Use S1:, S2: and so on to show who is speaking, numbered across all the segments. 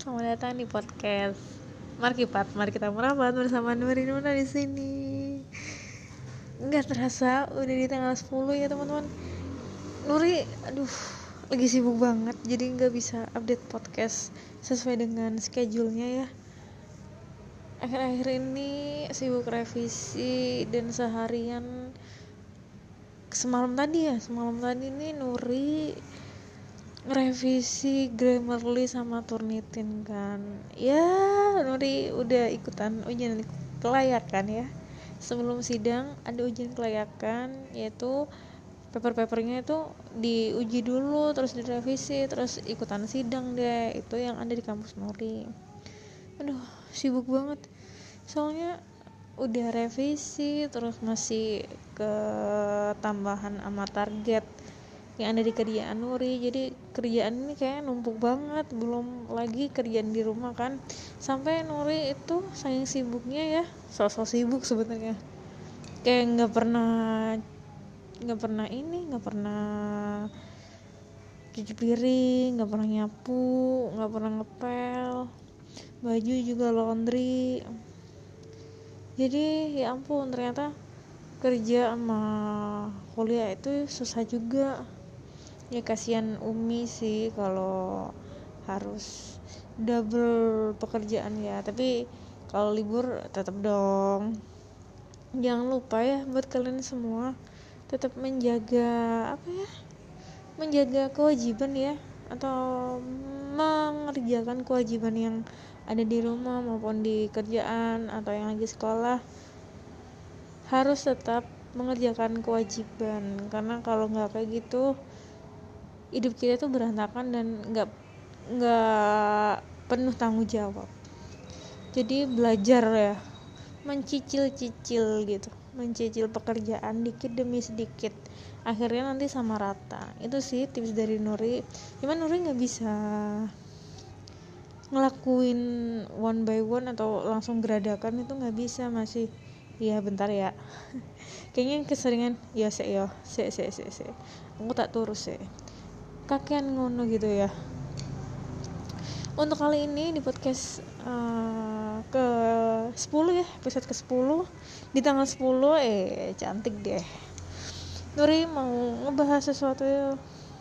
S1: selamat datang di podcast Markipat. Mari kita merapat bersama Nuri Nuna di sini. Nggak terasa udah di tanggal 10 ya teman-teman. Nuri, lagi sibuk banget, jadi nggak bisa update podcast sesuai dengan schedule-nya ya. Akhir-akhir ini sibuk revisi dan seharian. Semalam tadi nih Nuri ngerevisi Grammarly sama Turnitin kan. Ya, Nuri udah ikutan ujian kelayakan ya. Sebelum sidang ada ujian kelayakan, yaitu paper-papernya itu diuji dulu, terus direvisi, terus ikutan sidang deh. Itu yang ada di kampus Nuri. Sibuk banget. Soalnya udah revisi, terus masih ke tambahan sama target yang ada di kerjaan Nuri. Jadi kerjaan ini kayak numpuk banget, belum lagi kerjaan di rumah kan. Sampai Nuri itu saking sibuknya ya, sosok sibuk sebenarnya, kayak nggak pernah cuci piring, nggak pernah nyapu, nggak pernah ngepel baju, juga laundry. Jadi ya ampun, ternyata kerja sama kuliah itu susah juga. Ya kasihan Umi sih kalau harus double pekerjaan ya. Tapi kalau libur tetap dong. Jangan lupa ya buat kalian semua, tetap menjaga kewajiban ya, atau mengerjakan kewajiban yang ada di rumah maupun di kerjaan atau yang lagi sekolah. Harus tetap mengerjakan kewajiban, karena kalau nggak kayak gitu hidup kita tuh berantakan dan nggak penuh tanggung jawab. Jadi belajar ya, mencicil pekerjaan dikit demi sedikit, akhirnya nanti sama rata. Itu sih tips dari Nuri. Cuman Nuri nggak bisa ngelakuin one by one atau langsung geradakan, itu nggak bisa, masih ya bentar ya. Kayaknya keseringan ya se aku tak turus sih kakean ngono gitu ya. Untuk kali ini di podcast ke 10 ya, episode ke 10 di tanggal 10 cantik deh. Nuri mau ngebahas sesuatu ya,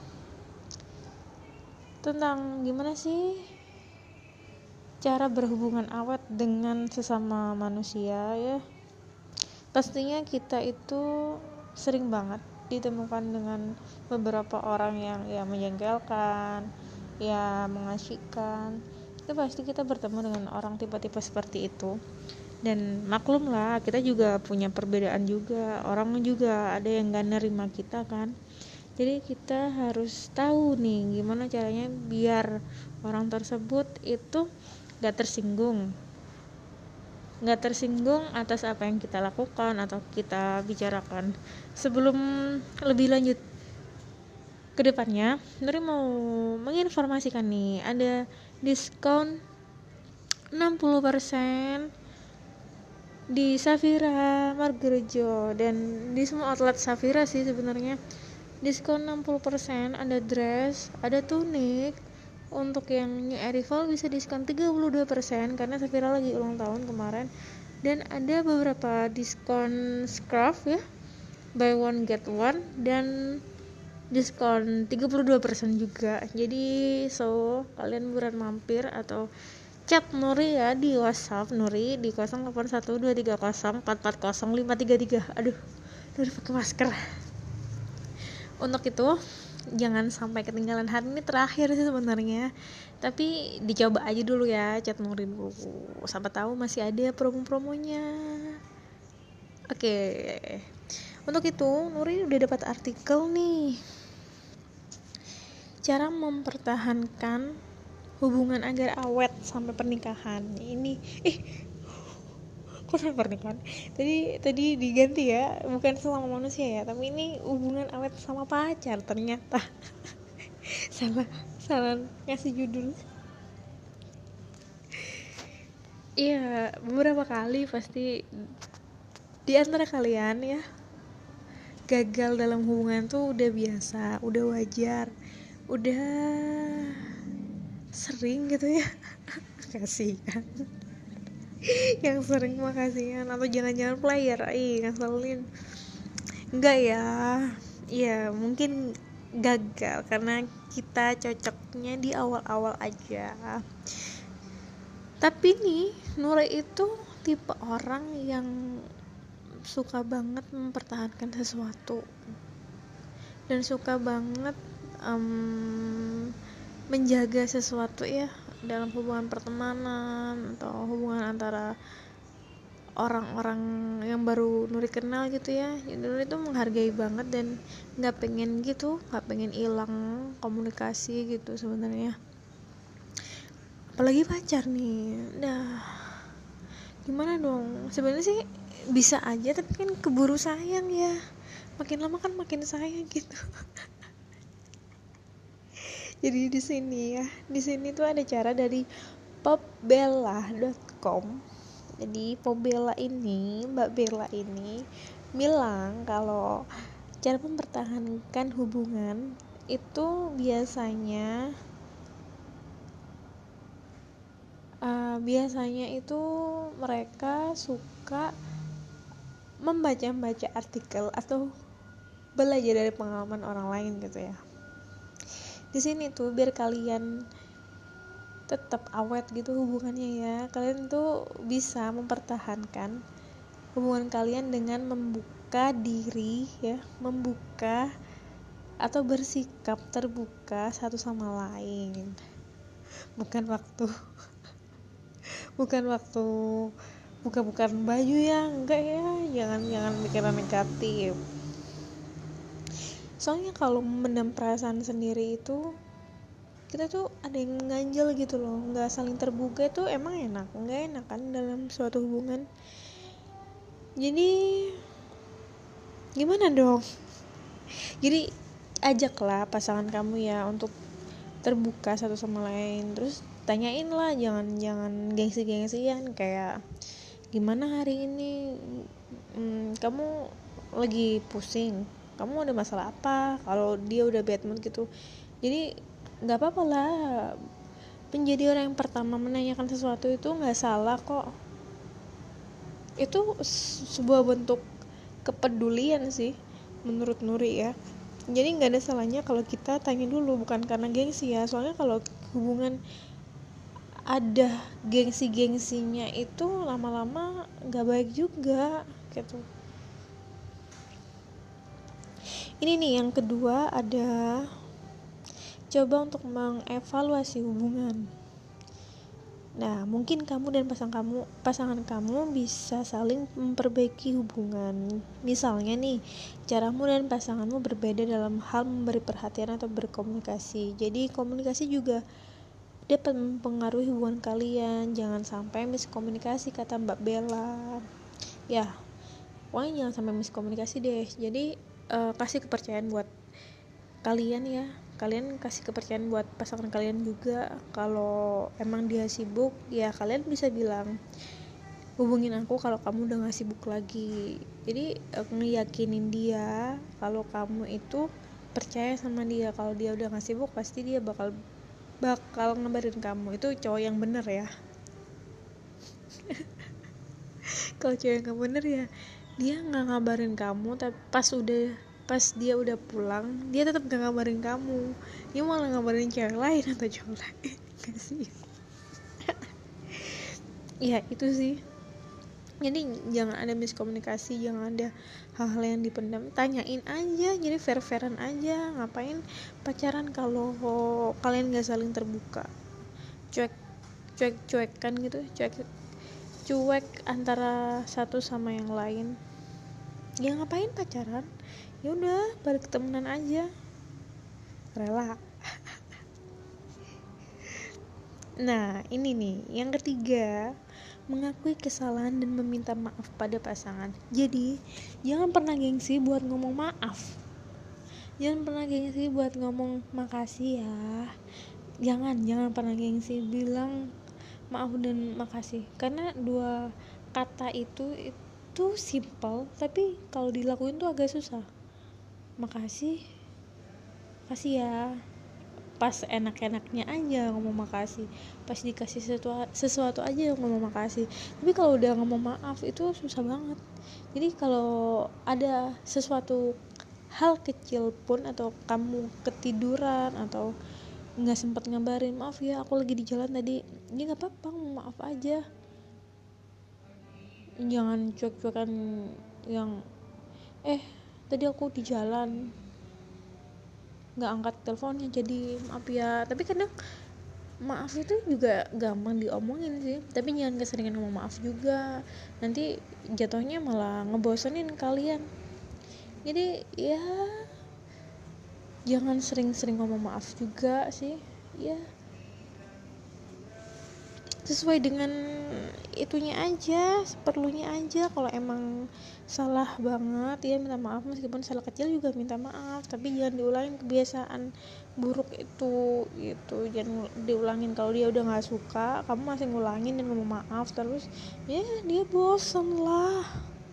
S1: tentang gimana sih cara berhubungan awet dengan sesama manusia ya. Pastinya kita itu sering banget ditemukan dengan beberapa orang yang ya menjengkelkan, ya mengasyikkan. Itu pasti kita bertemu dengan orang tipe-tipe seperti itu. Dan maklum lah, kita juga punya perbedaan juga. Orang juga ada yang gak nerima kita kan. Jadi kita harus tahu nih gimana caranya biar orang tersebut itu gak tersinggung atas apa yang kita lakukan atau kita bicarakan. Sebelum lebih lanjut ke depannya, Nuri mau menginformasikan nih, ada diskon 60% di Safira Margorejo dan di semua outlet Safira sih sebenarnya. Diskon 60%, ada dress, ada tunik. Untuk yang new arrival bisa diskon 32% karena Safira lagi ulang tahun kemarin. Dan ada beberapa diskon scarf ya, buy one get one, dan diskon 32% juga. Jadi kalian buruan mampir atau chat Nuri ya di WhatsApp Nuri di 081230440533. Nuri pakai masker. Untuk itu jangan sampai ketinggalan. Hari ini terakhir sih sebenarnya, tapi dicoba aja dulu ya, chat Nuri dulu, siapa tahu masih ada promo-promonya. Oke. Untuk itu Nuri udah dapat artikel nih, cara mempertahankan hubungan agar awet sampai pernikahan. Ini kok sampai pernikahan? Tadi diganti ya, bukan selama manusia ya, tapi ini hubungan awet sama pacar ternyata. salah ngasih judul. Iya, beberapa kali pasti di antara kalian ya gagal dalam hubungan tuh udah biasa, udah wajar, udah sering gitu ya. Kasihan. Yang sering mah kasihan, atau jangan-jangan player, ngeselin. Enggak ya, ya mungkin gagal karena kita cocoknya di awal-awal aja. Tapi nih Nure itu tipe orang yang suka banget mempertahankan sesuatu dan suka banget menjaga sesuatu ya, dalam hubungan pertemanan atau hubungan antara orang-orang yang baru Nuri kenal gitu ya. Nuri itu menghargai banget dan nggak pengen hilang komunikasi gitu sebenarnya, apalagi pacar nih. Gimana dong, sebenarnya sih bisa aja, tapi kan keburu sayang ya, makin lama kan makin sayang gitu. Jadi di sini tuh ada cara dari popbella.com. Jadi Mbak Bella ini bilang kalau cara mempertahankan hubungan itu biasanya itu mereka suka membaca artikel atau belajar dari pengalaman orang lain gitu ya. Di sini tuh biar kalian tetap awet gitu hubungannya ya, kalian tuh bisa mempertahankan hubungan kalian dengan membuka diri ya, membuka atau bersikap terbuka satu sama lain. Bukan waktu bukan baju ya, enggak ya, jangan pikiran negatif. Soalnya kalau mendam perasaan sendiri itu kita tuh ada yang ganjel gitu loh, nggak saling terbuka itu emang nggak enak kan dalam suatu hubungan. Jadi gimana dong? Jadi ajaklah pasangan kamu ya untuk terbuka satu sama lain, terus tanyain lah, jangan gengsi-gengsian kayak gimana hari ini, kamu lagi pusing, kamu ada masalah apa, kalau dia udah bad mood gitu. Jadi nggak apa-apa lah, menjadi orang yang pertama menanyakan sesuatu itu nggak salah kok. Itu sebuah bentuk kepedulian sih menurut Nuri ya. Jadi nggak ada salahnya kalau kita tanya dulu, bukan karena gengsi ya. Soalnya kalau hubungan ada gengsi-gengsinya itu lama-lama nggak baik juga gitu. Ini nih yang kedua, ada coba untuk mengevaluasi hubungan. Nah, mungkin kamu dan pasangan kamu bisa saling memperbaiki hubungan. Misalnya nih, caramu dan pasanganmu berbeda dalam hal memberi perhatian atau berkomunikasi. Jadi, komunikasi juga dapat mempengaruhi hubungan kalian. Jangan sampai miskomunikasi, kata Mbak Bella. Ya, pokoknya jangan sampai miskomunikasi deh. Jadi, kasih kepercayaan buat kalian ya. Kalian kasih kepercayaan buat pasangan kalian juga. Kalau emang dia sibuk ya kalian bisa bilang, hubungin aku kalau kamu udah gak sibuk lagi. Jadi ngeyakinin dia kalau kamu itu percaya sama dia, kalau dia udah gak sibuk pasti dia bakal ngabarin kamu. Itu cowok yang bener ya. Kalau cowok yang gak bener ya dia gak ngabarin kamu, tapi pas dia udah pulang dia tetap gak ngabarin kamu, dia malah ngabarin cewek lain atau cowok lain. Gak sih? Ya itu sih. Jadi jangan ada miskomunikasi, jangan ada hal-hal yang dipendam, tanyain aja. Jadi fair-fairan aja. Ngapain pacaran kalau kalian gak saling terbuka, cuek-cuekan gitu, cuek antara satu sama yang lain. Ya ngapain pacaran, ya udah balik temenan aja, rela. Nah ini nih yang ketiga, mengakui kesalahan dan meminta maaf pada pasangan. Jadi jangan pernah gengsi buat ngomong maaf, jangan pernah gengsi buat ngomong makasih ya. Jangan pernah gengsi bilang maaf dan makasih, karena dua kata itu simple, tapi kalau dilakuin tuh agak susah. Makasih ya, pas enak-enaknya aja ngomong makasih, pas dikasih sesuatu aja ngomong makasih. Tapi kalau udah ngomong maaf itu susah banget. Jadi kalau ada sesuatu hal kecil pun, atau kamu ketiduran atau nggak sempat ngabarin, maaf ya aku lagi di jalan tadi, ya nggak apa-apa, ngomong maaf aja. Jangan cuek-cuekan yang tadi aku di jalan nggak angkat teleponnya jadi maaf ya. Tapi kadang maaf itu juga gampang diomongin sih, tapi jangan keseringan ngomong maaf juga, nanti jatuhnya malah ngebosenin kalian. Jadi ya jangan sering-sering ngomong maaf juga sih ya, sesuai dengan itunya aja, seperlunya aja. Kalau emang salah banget ya minta maaf, meskipun salah kecil juga minta maaf, tapi jangan diulangin kebiasaan buruk itu gitu. Jangan diulangin. Kalau dia udah nggak suka kamu masih ngulangin dan ngomong maaf terus, ya dia bosen lah.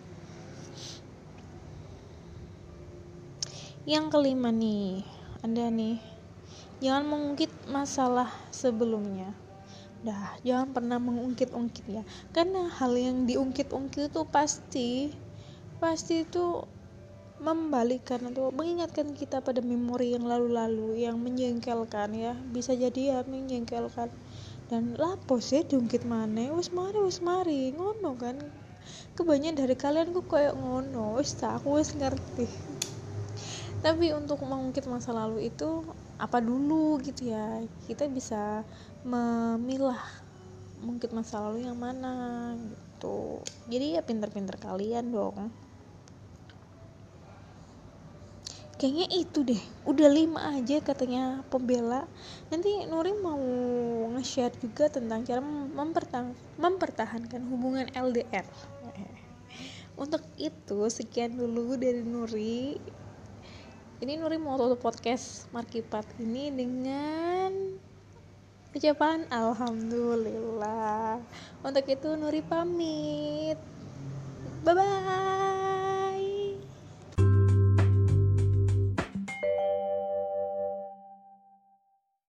S1: Yang kelima nih, ada nih, jangan mengungkit masalah sebelumnya. Jangan pernah mengungkit-ungkit ya, karena hal yang diungkit-ungkit itu pasti itu membalikan atau mengingatkan kita pada memori yang lalu-lalu yang menjengkelkan ya, bisa jadi ya menjengkelkan. Dan lapo sih diungkit maneh, wis mari ngono kan. Kebanyakan dari kalian kok kayak ngono, aku wis ngerti. Tapi untuk mengungkit masa lalu itu apa dulu gitu ya, kita bisa memilah mungkin masa lalu yang mana gitu. Jadi ya pinter-pinter kalian dong. Kayaknya itu deh, udah 5 aja katanya pembela. Nanti Nuri mau nge-share juga tentang cara mempertahankan hubungan LDR. Untuk itu sekian dulu dari Nuri. Ini Nuri mau tutup podcast Markipat ini dengan ucapan alhamdulillah. Untuk itu Nuri pamit. Bye bye.